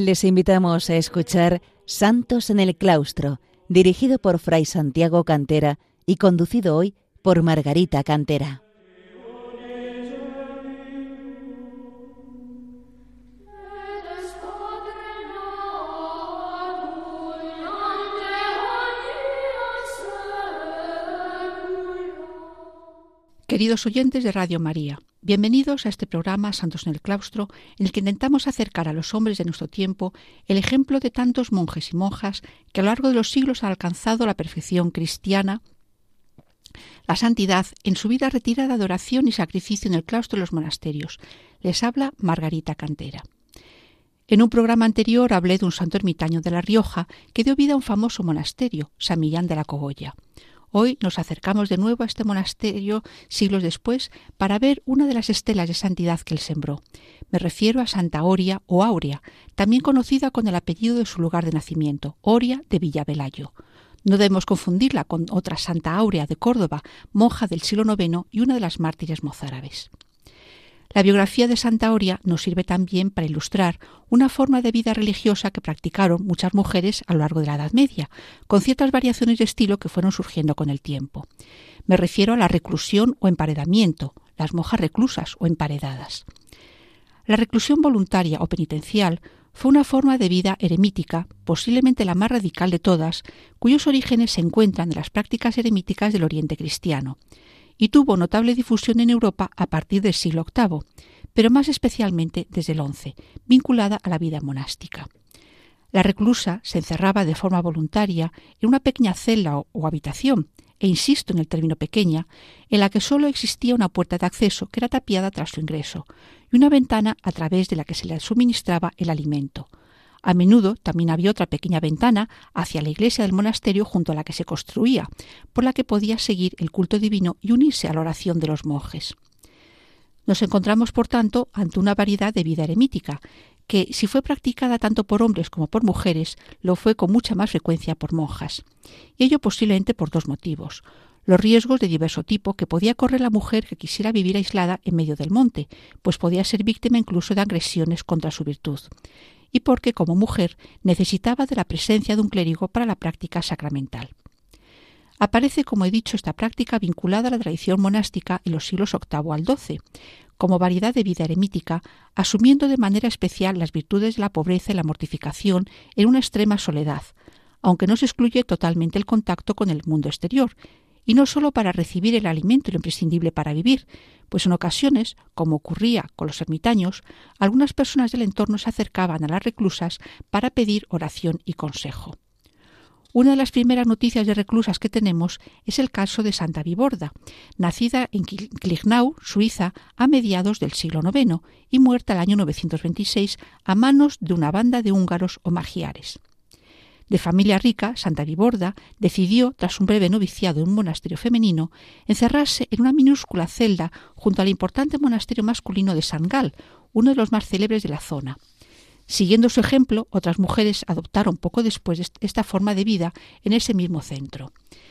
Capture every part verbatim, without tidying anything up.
Les invitamos a escuchar Santos en el Claustro, dirigido por Fray Santiago Cantera y conducido hoy por Margarita Cantera. Queridos oyentes de Radio María, bienvenidos a este programa Santos en el Claustro, en el que intentamos acercar a los hombres de nuestro tiempo el ejemplo de tantos monjes y monjas que a lo largo de los siglos han alcanzado la perfección cristiana, la santidad en su vida retirada de oración y sacrificio en el claustro de los monasterios. Les habla Margarita Cantera. En un programa anterior hablé de un santo ermitaño de La Rioja que dio vida a un famoso monasterio, San Millán de la Cogolla. Hoy nos acercamos de nuevo a este monasterio siglos después para ver una de las estelas de santidad que él sembró. Me refiero a Santa Oria o Aurea, también conocida con el apellido de su lugar de nacimiento, Oria de Villavelayo. No debemos confundirla con otra Santa Aurea de Córdoba, monja del siglo noveno y una de las mártires mozárabes. La biografía de Santa Oria nos sirve también para ilustrar una forma de vida religiosa que practicaron muchas mujeres a lo largo de la Edad Media, con ciertas variaciones de estilo que fueron surgiendo con el tiempo. Me refiero a la reclusión o emparedamiento, las monjas reclusas o emparedadas. La reclusión voluntaria o penitencial fue una forma de vida eremítica, posiblemente la más radical de todas, cuyos orígenes se encuentran en las prácticas eremíticas del Oriente cristiano, y tuvo notable difusión en Europa a partir del siglo octavo, pero más especialmente desde el once, vinculada a la vida monástica. La reclusa se encerraba de forma voluntaria en una pequeña celda o, o habitación, e insisto en el término pequeña, en la que solo existía una puerta de acceso que era tapiada tras su ingreso, y una ventana a través de la que se le suministraba el alimento. A menudo también había otra pequeña ventana hacia la iglesia del monasterio junto a la que se construía, por la que podía seguir el culto divino y unirse a la oración de los monjes. Nos encontramos, por tanto, ante una variedad de vida eremítica, que, si fue practicada tanto por hombres como por mujeres, lo fue con mucha más frecuencia por monjas. Y ello posiblemente por dos motivos: los riesgos de diverso tipo que podía correr la mujer que quisiera vivir aislada en medio del monte, pues podía ser víctima incluso de agresiones contra su virtud, y porque, como mujer, necesitaba de la presencia de un clérigo para la práctica sacramental. Aparece, como he dicho, esta práctica vinculada a la tradición monástica en los siglos octavo al doce, como variedad de vida eremítica, asumiendo de manera especial las virtudes de la pobreza y la mortificación en una extrema soledad, aunque no se excluye totalmente el contacto con el mundo exterior, y no sólo para recibir el alimento y lo imprescindible para vivir, pues en ocasiones, como ocurría con los ermitaños, algunas personas del entorno se acercaban a las reclusas para pedir oración y consejo. Una de las primeras noticias de reclusas que tenemos es el caso de Santa Viborda, nacida en Klignau, Suiza, a mediados del siglo noveno y muerta el año novecientos veintiséis a manos de una banda de húngaros o magiares. De familia rica, Santa Viborda decidió, tras un breve noviciado en un monasterio femenino, encerrarse en una minúscula celda junto al importante monasterio masculino de San Gal, uno de los más célebres de la zona. Siguiendo su ejemplo, otras mujeres adoptaron poco después esta forma de vida en ese mismo centro.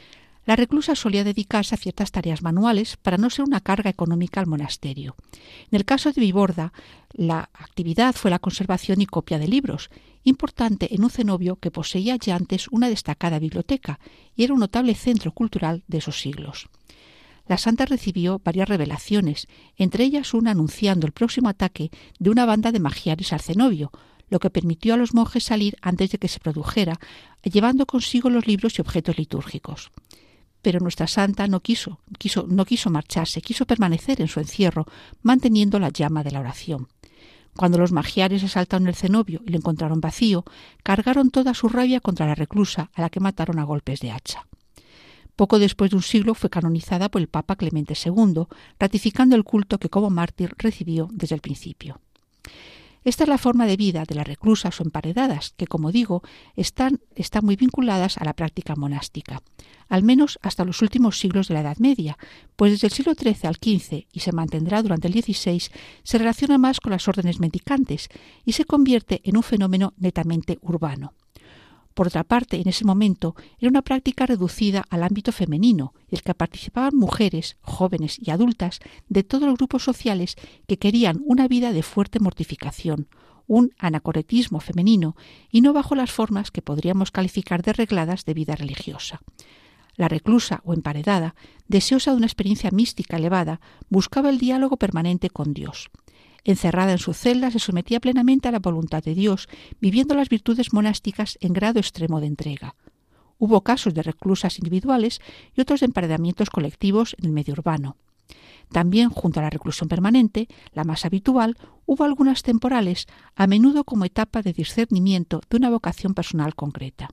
La reclusa solía dedicarse a ciertas tareas manuales para no ser una carga económica al monasterio. En el caso de Viborda, la actividad fue la conservación y copia de libros, importante en un cenobio que poseía ya antes una destacada biblioteca y era un notable centro cultural de esos siglos. La santa recibió varias revelaciones, entre ellas una anunciando el próximo ataque de una banda de magiares al cenobio, lo que permitió a los monjes salir antes de que se produjera, llevando consigo los libros y objetos litúrgicos. Pero nuestra santa no quiso, quiso, no quiso marcharse, quiso permanecer en su encierro, manteniendo la llama de la oración. Cuando los magiares asaltaron el cenobio y lo encontraron vacío, cargaron toda su rabia contra la reclusa, a la que mataron a golpes de hacha. Poco después de un siglo fue canonizada por el Papa Clemente segundo, ratificando el culto que como mártir recibió desde el principio. Esta es la forma de vida de las reclusas o emparedadas, que, como digo, están, están muy vinculadas a la práctica monástica, al menos hasta los últimos siglos de la Edad Media, pues desde el siglo trece al quince, y se mantendrá durante el dieciséis, se relaciona más con las órdenes mendicantes y se convierte en un fenómeno netamente urbano. Por otra parte, en ese momento era una práctica reducida al ámbito femenino, en el que participaban mujeres, jóvenes y adultas de todos los grupos sociales que querían una vida de fuerte mortificación, un anacoretismo femenino y no bajo las formas que podríamos calificar de regladas de vida religiosa. La reclusa o emparedada, deseosa de una experiencia mística elevada, buscaba el diálogo permanente con Dios. Encerrada en su celda, se sometía plenamente a la voluntad de Dios, viviendo las virtudes monásticas en grado extremo de entrega. Hubo casos de reclusas individuales y otros de emparedamientos colectivos en el medio urbano. También, junto a la reclusión permanente, la más habitual, hubo algunas temporales, a menudo como etapa de discernimiento de una vocación personal concreta.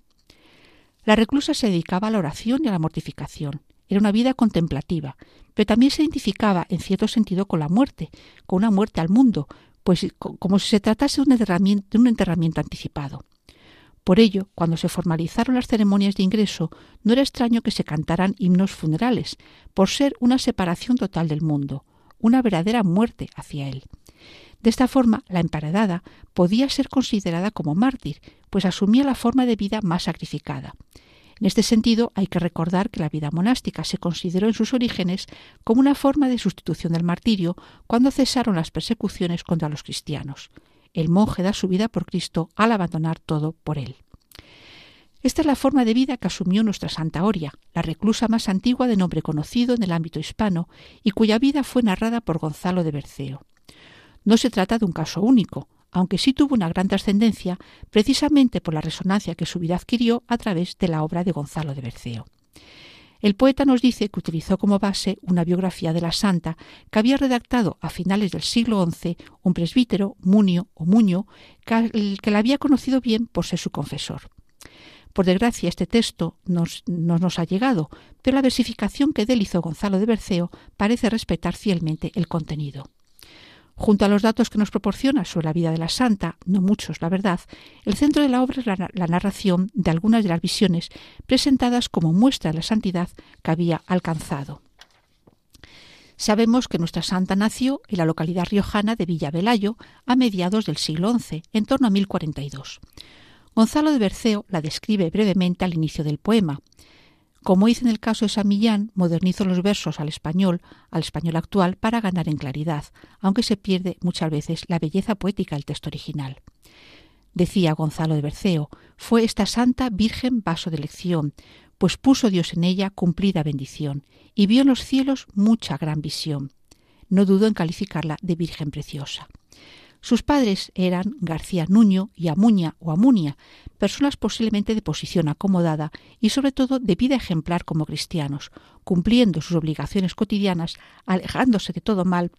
La reclusa se dedicaba a la oración y a la mortificación. Era una vida contemplativa, pero también se identificaba en cierto sentido con la muerte, con una muerte al mundo, pues como si se tratase de un enterramiento, de un enterramiento anticipado. Por ello, cuando se formalizaron las ceremonias de ingreso, no era extraño que se cantaran himnos funerales, por ser una separación total del mundo, una verdadera muerte hacia él. De esta forma, la emparedada podía ser considerada como mártir, pues asumía la forma de vida más sacrificada. En este sentido, hay que recordar que la vida monástica se consideró en sus orígenes como una forma de sustitución del martirio cuando cesaron las persecuciones contra los cristianos. El monje da su vida por Cristo al abandonar todo por él. Esta es la forma de vida que asumió nuestra Santa Oria, la reclusa más antigua de nombre conocido en el ámbito hispano y cuya vida fue narrada por Gonzalo de Berceo. No se trata de un caso único, aunque sí tuvo una gran trascendencia precisamente por la resonancia que su vida adquirió a través de la obra de Gonzalo de Berceo. El poeta nos dice que utilizó como base una biografía de la santa que había redactado a finales del siglo once un presbítero, Munio o Muño, que, que la había conocido bien por ser su confesor. Por desgracia, este texto no nos, no nos ha llegado, pero la versificación que de él hizo Gonzalo de Berceo parece respetar fielmente el contenido. Junto a los datos que nos proporciona sobre la vida de la santa, no muchos, la verdad, el centro de la obra es la, la narración de algunas de las visiones presentadas como muestra de la santidad que había alcanzado. Sabemos que nuestra santa nació en la localidad riojana de Villavelayo a mediados del siglo once, en torno a mil cuarenta y dos. Gonzalo de Berceo la describe brevemente al inicio del poema. Como hice en el caso de San Millán, modernizo los versos al español, al español actual, para ganar en claridad, aunque se pierde muchas veces la belleza poética del texto original. Decía Gonzalo de Berceo, fue esta santa virgen vaso de elección, pues puso Dios en ella cumplida bendición, y vio en los cielos mucha gran visión. No dudo en calificarla de virgen preciosa. Sus padres eran García Nuño y Amuña o Amunia, personas posiblemente de posición acomodada y sobre todo de vida ejemplar como cristianos, cumpliendo sus obligaciones cotidianas, alejándose de todo mal,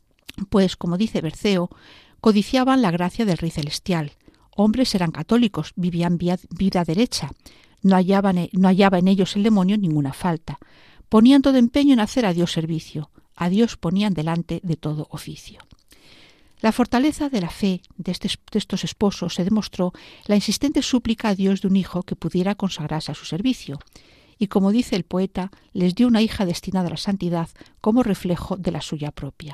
pues, como dice Berceo, codiciaban la gracia del Rey Celestial. Hombres eran católicos, vivían vía, vida derecha, no hallaban, no hallaba en ellos el demonio ninguna falta. Ponían todo empeño en hacer a Dios servicio, a Dios ponían delante de todo oficio. La fortaleza de la fe de, este, de estos esposos se demostró la insistente súplica a Dios de un hijo que pudiera consagrarse a su servicio, y como dice el poeta, les dio una hija destinada a la santidad como reflejo de la suya propia.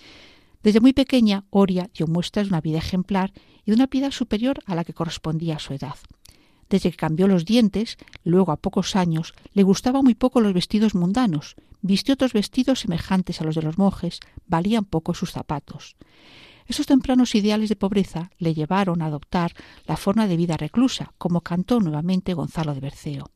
Desde muy pequeña, Oria dio muestras de una vida ejemplar y de una piedad superior a la que correspondía a su edad. Desde que cambió los dientes, luego a pocos años, le gustaban muy poco los vestidos mundanos, vistió otros vestidos semejantes a los de los monjes, valían poco sus zapatos. Esos tempranos ideales de pobreza le llevaron a adoptar la forma de vida reclusa, como cantó nuevamente Gonzalo de Berceo.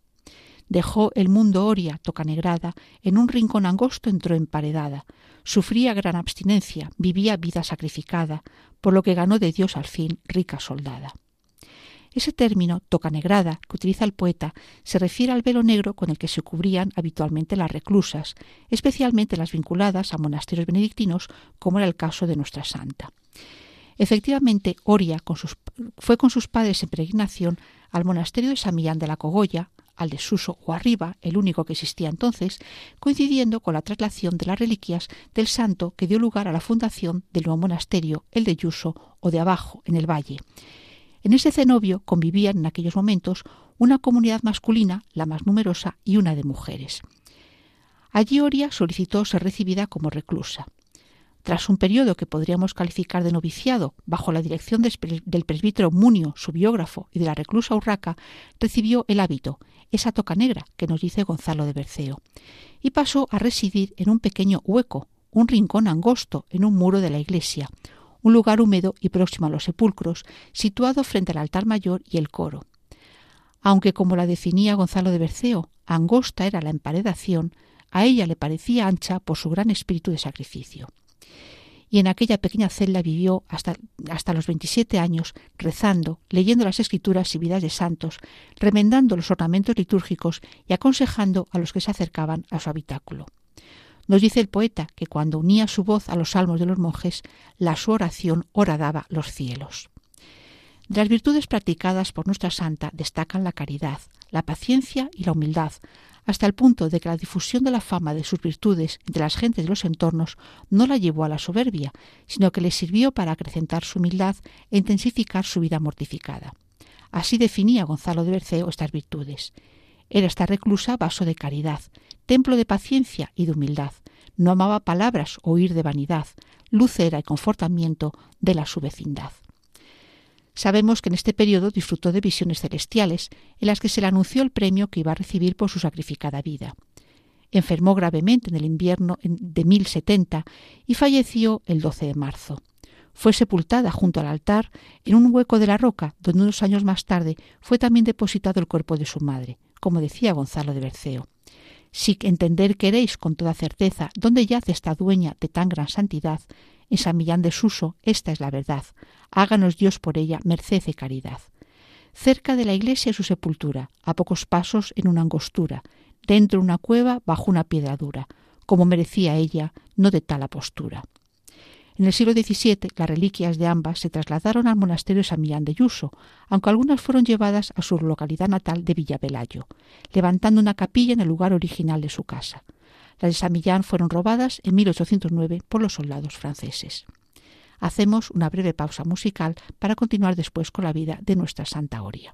Dejó el mundo Oria, tocanegrada, en un rincón angosto entró emparedada. Sufría gran abstinencia, vivía vida sacrificada, por lo que ganó de Dios al fin rica soldada. Ese término, tocanegrada, que utiliza el poeta, se refiere al velo negro con el que se cubrían habitualmente las reclusas, especialmente las vinculadas a monasterios benedictinos, como era el caso de nuestra santa. Efectivamente, Oria con sus, fue con sus padres en peregrinación al monasterio de San Millán de la Cogolla, al de Suso o Arriba, el único que existía entonces, coincidiendo con la traslación de las reliquias del santo que dio lugar a la fundación del nuevo monasterio, el de Yuso o de Abajo, en el valle. En ese cenobio convivían en aquellos momentos una comunidad masculina, la más numerosa, y una de mujeres. Allí Oria solicitó ser recibida como reclusa. Tras un periodo que podríamos calificar de noviciado, bajo la dirección del presbítero Munio, su biógrafo, y de la reclusa Urraca, recibió el hábito, esa toca negra que nos dice Gonzalo de Berceo, y pasó a residir en un pequeño hueco, un rincón angosto en un muro de la iglesia, un lugar húmedo y próximo a los sepulcros, situado frente al altar mayor y el coro. Aunque, como la definía Gonzalo de Berceo, angosta era la emparedación, a ella le parecía ancha por su gran espíritu de sacrificio. Y en aquella pequeña celda vivió hasta, hasta los veintisiete años, rezando, leyendo las escrituras y vidas de santos, remendando los ornamentos litúrgicos y aconsejando a los que se acercaban a su habitáculo. Nos dice el poeta que cuando unía su voz a los salmos de los monjes, la su oración horadaba los cielos. De las virtudes practicadas por nuestra santa destacan la caridad, la paciencia y la humildad, hasta el punto de que la difusión de la fama de sus virtudes entre las gentes de los entornos no la llevó a la soberbia, sino que le sirvió para acrecentar su humildad e intensificar su vida mortificada. Así definía Gonzalo de Berceo estas virtudes. Era esta reclusa vaso de caridad, templo de paciencia y de humildad. No amaba palabras o huir de vanidad, luz era y confortamiento de la su vecindad. Sabemos que en este periodo disfrutó de visiones celestiales, en las que se le anunció el premio que iba a recibir por su sacrificada vida. Enfermó gravemente en el invierno de mil setenta y falleció el doce de marzo. Fue sepultada junto al altar en un hueco de la roca, donde unos años más tarde fue también depositado el cuerpo de su madre, como decía Gonzalo de Berceo. Si entender queréis con toda certeza dónde yace esta dueña de tan gran santidad, en San Millán de Suso, esta es la verdad. Háganos Dios por ella merced y caridad. Cerca de la iglesia su sepultura, a pocos pasos en una angostura, dentro una cueva bajo una piedra dura, como merecía ella, no de tal apostura. En el siglo diecisiete, las reliquias de ambas se trasladaron al monasterio de San Millán de Yuso, aunque algunas fueron llevadas a su localidad natal de Villavelayo, levantando una capilla en el lugar original de su casa. Las de San Millán fueron robadas en mil ochocientos nueve por los soldados franceses. Hacemos una breve pausa musical para continuar después con la vida de nuestra Santa Oria.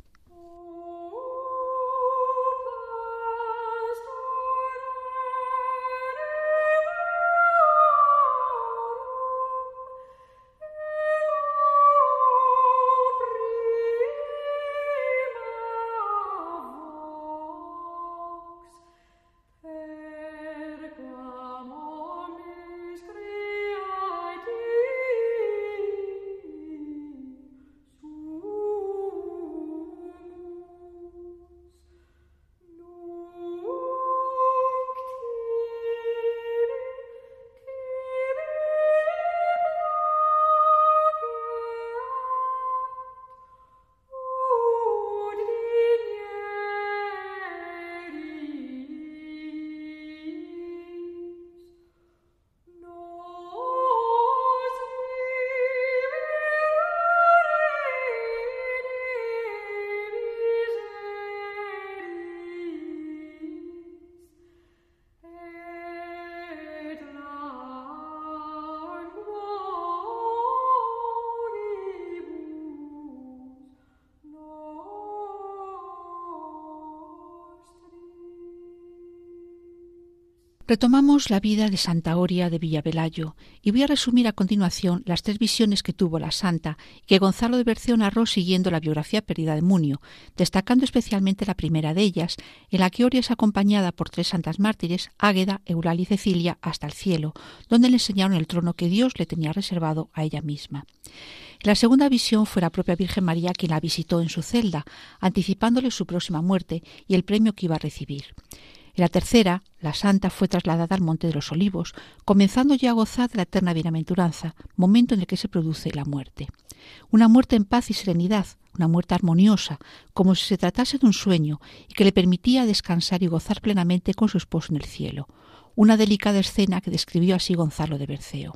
Retomamos la vida de Santa Oria de Villavelayo y voy a resumir a continuación las tres visiones que tuvo la santa y que Gonzalo de Berceo narró siguiendo la biografía perdida de Munio, destacando especialmente la primera de ellas, en la que Oria es acompañada por tres santas mártires, Águeda, Eulalia y Cecilia, hasta el cielo, donde le enseñaron el trono que Dios le tenía reservado a ella misma. En la segunda visión fue la propia Virgen María quien la visitó en su celda, anticipándole su próxima muerte y el premio que iba a recibir. En la tercera, la santa fue trasladada al Monte de los Olivos, comenzando ya a gozar de la eterna bienaventuranza, momento en el que se produce la muerte. Una muerte en paz y serenidad, una muerte armoniosa, como si se tratase de un sueño y que le permitía descansar y gozar plenamente con su esposo en el cielo. Una delicada escena que describió así Gonzalo de Berceo.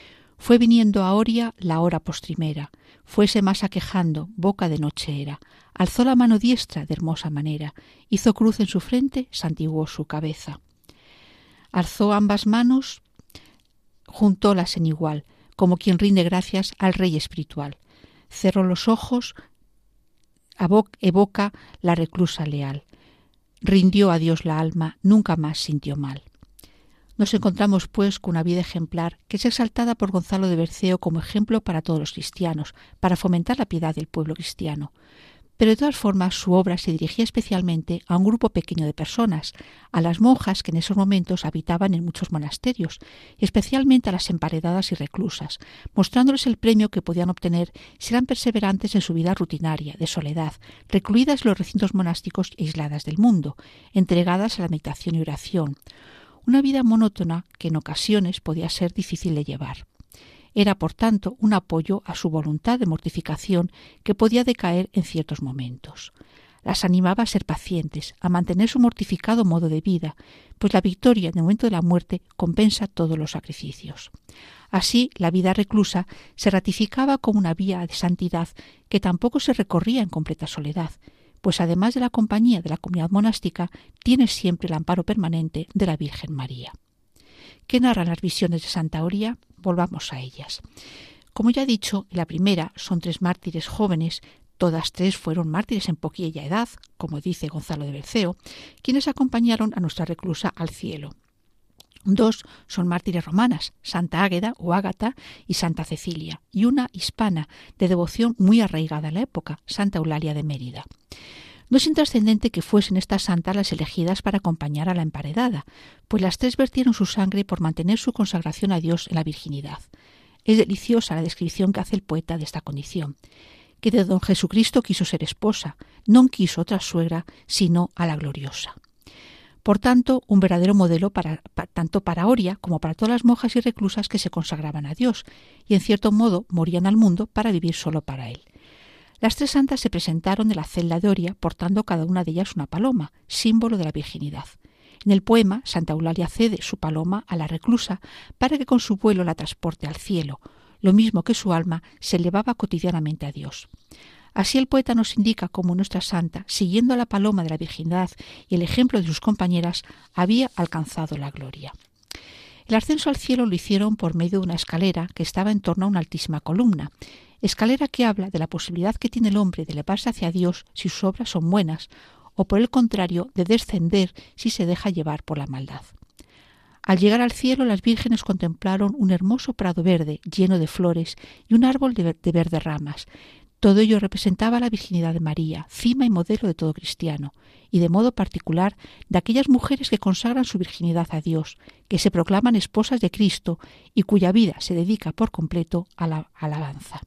Fue viniendo a Oria la hora postrimera, fuese más aquejando, boca de noche era. Alzó la mano diestra de hermosa manera, hizo cruz en su frente, santiguó su cabeza. Alzó ambas manos, juntólas en igual, como quien rinde gracias al Rey espiritual. Cerró los ojos, evoca la reclusa leal. Rindió a Dios la alma, nunca más sintió mal. Nos encontramos, pues, con una vida ejemplar que es exaltada por Gonzalo de Berceo como ejemplo para todos los cristianos, para fomentar la piedad del pueblo cristiano. pero de todas formas su obra se dirigía especialmente a un grupo pequeño de personas, a las monjas que en esos momentos habitaban en muchos monasterios, y especialmente a las emparedadas y reclusas, mostrándoles el premio que podían obtener si eran perseverantes en su vida rutinaria, de soledad, recluidas en los recintos monásticos e aisladas del mundo, entregadas a la meditación y oración, una vida monótona que en ocasiones podía ser difícil de llevar. Era, por tanto, un apoyo a su voluntad de mortificación que podía decaer en ciertos momentos. Las animaba a ser pacientes, a mantener su mortificado modo de vida, pues la victoria en el momento de la muerte compensa todos los sacrificios. Así, la vida reclusa se ratificaba como una vía de santidad que tampoco se recorría en completa soledad, pues además de la compañía de la comunidad monástica, tiene siempre el amparo permanente de la Virgen María. ¿Qué narran las visiones de Santa Oria? Volvamos a ellas. Como ya he dicho, en la primera son tres mártires jóvenes, todas tres fueron mártires en poquilla edad, como dice Gonzalo de Berceo, quienes acompañaron a nuestra reclusa al cielo. Dos son mártires romanas, Santa Águeda o Ágata y Santa Cecilia, y una hispana de devoción muy arraigada en la época, Santa Eulalia de Mérida. No es intrascendente que fuesen estas santas las elegidas para acompañar a la emparedada, pues las tres vertieron su sangre por mantener su consagración a Dios en la virginidad. Es deliciosa la descripción que hace el poeta de esta condición, que de don Jesucristo quiso ser esposa, no quiso otra suegra, sino a la gloriosa. Por tanto, un verdadero modelo para, pa, tanto para Oria como para todas las monjas y reclusas que se consagraban a Dios, y en cierto modo morían al mundo para vivir solo para él. Las tres santas se presentaron en la celda de Oria portando cada una de ellas una paloma, símbolo de la virginidad. En el poema, Santa Eulalia cede su paloma a la reclusa para que con su vuelo la transporte al cielo, lo mismo que su alma se elevaba cotidianamente a Dios. Así el poeta nos indica cómo nuestra santa, siguiendo a la paloma de la virginidad y el ejemplo de sus compañeras, había alcanzado la gloria. El ascenso al cielo lo hicieron por medio de una escalera que estaba en torno a una altísima columna, escalera que habla de la posibilidad que tiene el hombre de elevarse hacia Dios si sus obras son buenas, o por el contrario, de descender si se deja llevar por la maldad. Al llegar al cielo, las vírgenes contemplaron un hermoso prado verde lleno de flores y un árbol de, de verdes ramas. Todo ello representaba la virginidad de María, cima y modelo de todo cristiano, y de modo particular de aquellas mujeres que consagran su virginidad a Dios, que se proclaman esposas de Cristo y cuya vida se dedica por completo a la alabanza.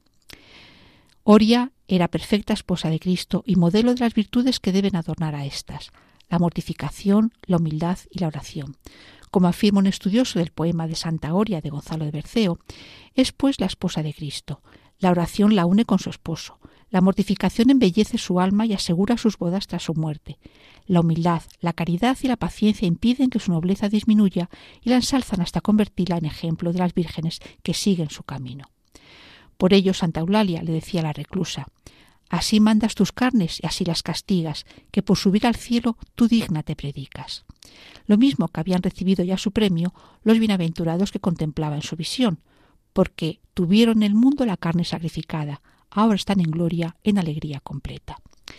Oria era perfecta esposa de Cristo y modelo de las virtudes que deben adornar a éstas, la mortificación, la humildad y la oración. Como afirma un estudioso del poema de Santa Oria de Gonzalo de Berceo, es pues la esposa de Cristo. La oración la une con su esposo. La mortificación embellece su alma y asegura sus bodas tras su muerte. La humildad, la caridad y la paciencia impiden que su nobleza disminuya y la ensalzan hasta convertirla en ejemplo de las vírgenes que siguen su camino. Por ello Santa Eulalia le decía a la reclusa: así mandas tus carnes y así las castigas, que por subir al cielo tú digna te predicas. Lo mismo que habían recibido ya su premio los bienaventurados que contemplaba en su visión, porque tuvieron en el mundo la carne sacrificada, ahora están en gloria, en alegría completa.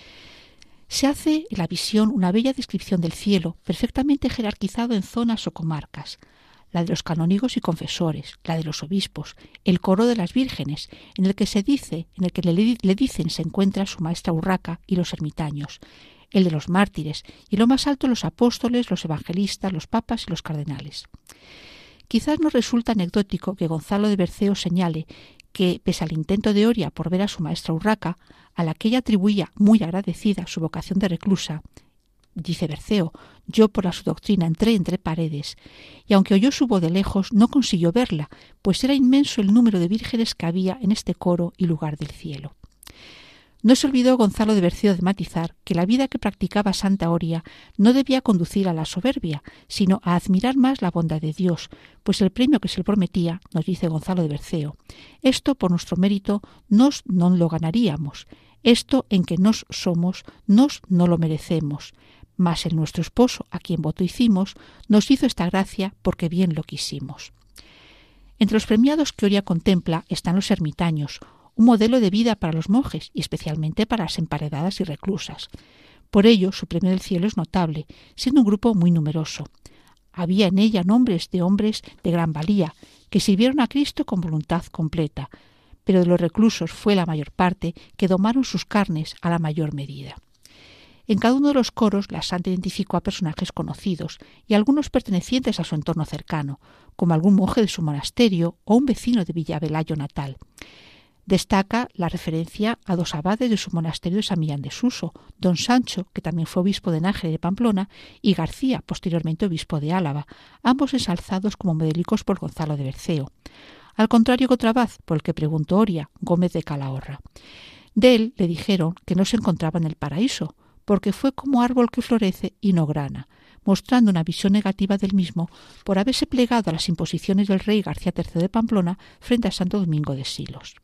Se hace en la visión una bella descripción del cielo, perfectamente jerarquizado en zonas o comarcas, la de los canónigos y confesores, la de los obispos, el coro de las vírgenes, en el que se dice, en el que le, le dicen se encuentra su maestra Urraca y los ermitaños, el de los mártires, y lo más alto los apóstoles, los evangelistas, los papas y los cardenales. Quizás nos resulta anecdótico que Gonzalo de Berceo señale que, pese al intento de Oria por ver a su maestra Urraca, a la que ella atribuía muy agradecida su vocación de reclusa, dice Berceo: yo por la su doctrina entré entre paredes, y aunque oyó su voz de lejos, no consiguió verla, pues era inmenso el número de vírgenes que había en este coro y lugar del cielo. No se olvidó Gonzalo de Berceo de matizar que la vida que practicaba Santa Oria no debía conducir a la soberbia, sino a admirar más la bondad de Dios, pues el premio que se le prometía, nos dice Gonzalo de Berceo, esto por nuestro mérito nos no lo ganaríamos, esto en que nos somos, nos no lo merecemos, mas el nuestro esposo, a quien voto hicimos, nos hizo esta gracia porque bien lo quisimos. Entre los premiados que Oria contempla están los ermitaños, un modelo de vida para los monjes y especialmente para las emparedadas y reclusas. Por ello, su premio del cielo es notable, siendo un grupo muy numeroso. Había en ella nombres de hombres de gran valía, que sirvieron a Cristo con voluntad completa, pero de los reclusos fue la mayor parte que domaron sus carnes a la mayor medida. En cada uno de los coros la santa identificó a personajes conocidos y algunos pertenecientes a su entorno cercano, como algún monje de su monasterio o un vecino de Villavelayo natal. Destaca la referencia a dos abades de su monasterio de San Millán de Suso, don Sancho, que también fue obispo de Nájera de Pamplona, y García, posteriormente obispo de Álava, ambos ensalzados como modelicos por Gonzalo de Berceo. Al contrario que otro abad, por el que preguntó Oria, Gómez de Calahorra. De él le dijeron que no se encontraba en el paraíso, porque fue como árbol que florece y no grana, mostrando una visión negativa del mismo por haberse plegado a las imposiciones del rey García tercero de Pamplona frente a Santo Domingo de Silos.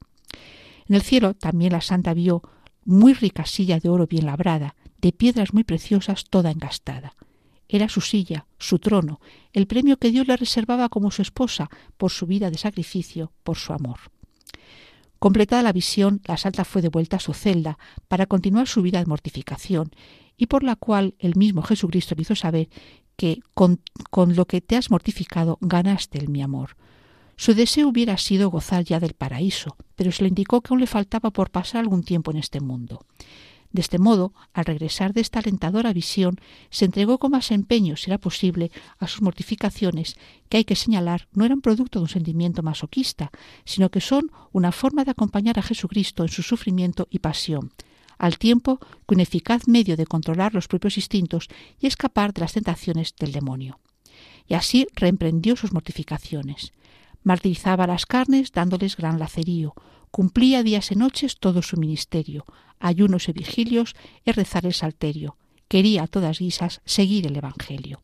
En el cielo también la santa vio muy rica silla de oro bien labrada, de piedras muy preciosas, toda engastada. Era su silla, su trono, el premio que Dios le reservaba como su esposa por su vida de sacrificio, por su amor. Completada la visión, la santa fue devuelta a su celda para continuar su vida de mortificación, y por la cual el mismo Jesucristo le hizo saber que con, con lo que te has mortificado ganaste el mi amor. Su deseo hubiera sido gozar ya del paraíso, pero se le indicó que aún le faltaba por pasar algún tiempo en este mundo. De este modo, al regresar de esta alentadora visión, se entregó con más empeño, si era posible, a sus mortificaciones, que hay que señalar no eran producto de un sentimiento masoquista, sino que son una forma de acompañar a Jesucristo en su sufrimiento y pasión, al tiempo que un eficaz medio de controlar los propios instintos y escapar de las tentaciones del demonio. Y así reemprendió sus mortificaciones. Martirizaba las carnes dándoles gran lacerío, cumplía días y noches todo su ministerio, ayunos y vigilios y rezar el salterio, quería a todas guisas seguir el Evangelio.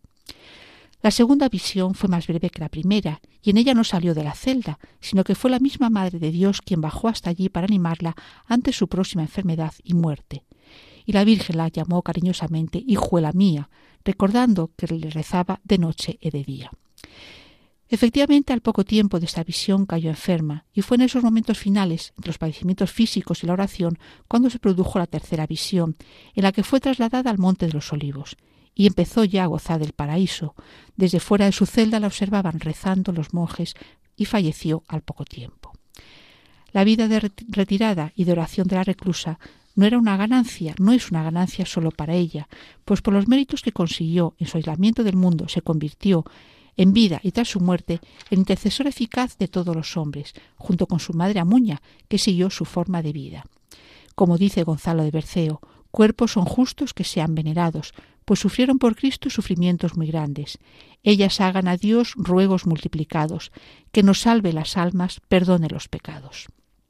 La segunda visión fue más breve que la primera, y en ella no salió de la celda, sino que fue la misma Madre de Dios quien bajó hasta allí para animarla ante su próxima enfermedad y muerte. Y la Virgen la llamó cariñosamente hijuela mía, recordando que le rezaba de noche y de día. Efectivamente, al poco tiempo de esta visión cayó enferma, y fue en esos momentos finales, entre los padecimientos físicos y la oración, cuando se produjo la tercera visión, en la que fue trasladada al Monte de los Olivos, y empezó ya a gozar del paraíso. Desde fuera de su celda la observaban rezando los monjes, y falleció al poco tiempo. La vida de retirada y de oración de la reclusa no era una ganancia, no es una ganancia solo para ella, pues por los méritos que consiguió en su aislamiento del mundo se convirtió en vida y tras su muerte, el intercesor eficaz de todos los hombres, junto con su madre Amuña, que siguió su forma de vida. Como dice Gonzalo de Berceo, cuerpos son justos que sean venerados, pues sufrieron por Cristo sufrimientos muy grandes. Ellas hagan a Dios ruegos multiplicados, que nos salve las almas, perdone los pecados.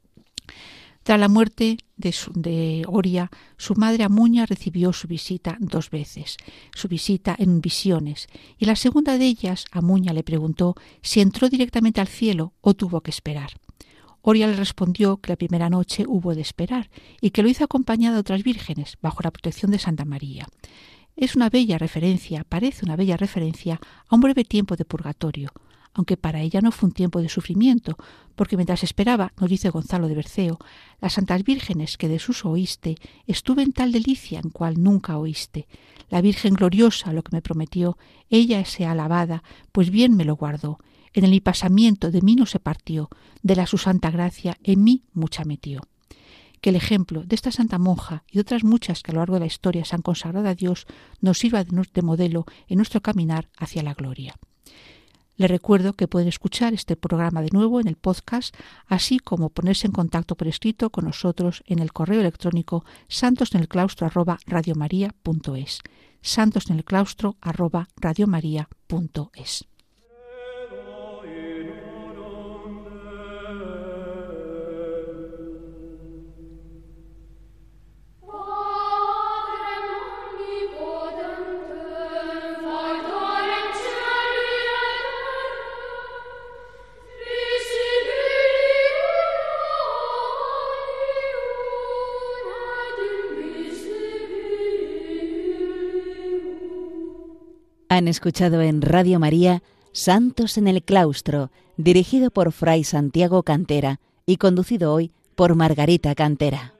Tras la muerte de, su, de Oria, su madre Amuña recibió su visita dos veces, su visita en visiones, y la segunda de ellas, Amuña le preguntó si entró directamente al cielo o tuvo que esperar. Oria le respondió que la primera noche hubo de esperar y que lo hizo acompañada de otras vírgenes, bajo la protección de Santa María. Es una bella referencia, parece una bella referencia a un breve tiempo de purgatorio, aunque para ella no fue un tiempo de sufrimiento, porque mientras esperaba, nos dice Gonzalo de Berceo, las santas vírgenes que de sus oíste, estuve en tal delicia en cual nunca oíste. La Virgen gloriosa lo que me prometió, ella sea alabada, pues bien me lo guardó. En el mi pasamiento de mí no se partió, de la su santa gracia en mí mucha metió. Que el ejemplo de esta santa monja y de otras muchas que a lo largo de la historia se han consagrado a Dios nos sirva de modelo en nuestro caminar hacia la gloria. Les recuerdo que pueden escuchar este programa de nuevo en el podcast, así como ponerse en contacto por escrito con nosotros en el correo electrónico santosnelclaustro arroba radiomaria punto es, santosnelclaustro arroba radiomaria punto es. Han escuchado en Radio María Santos en el Claustro, dirigido por Fray Santiago Cantera y conducido hoy por Margarita Cantera.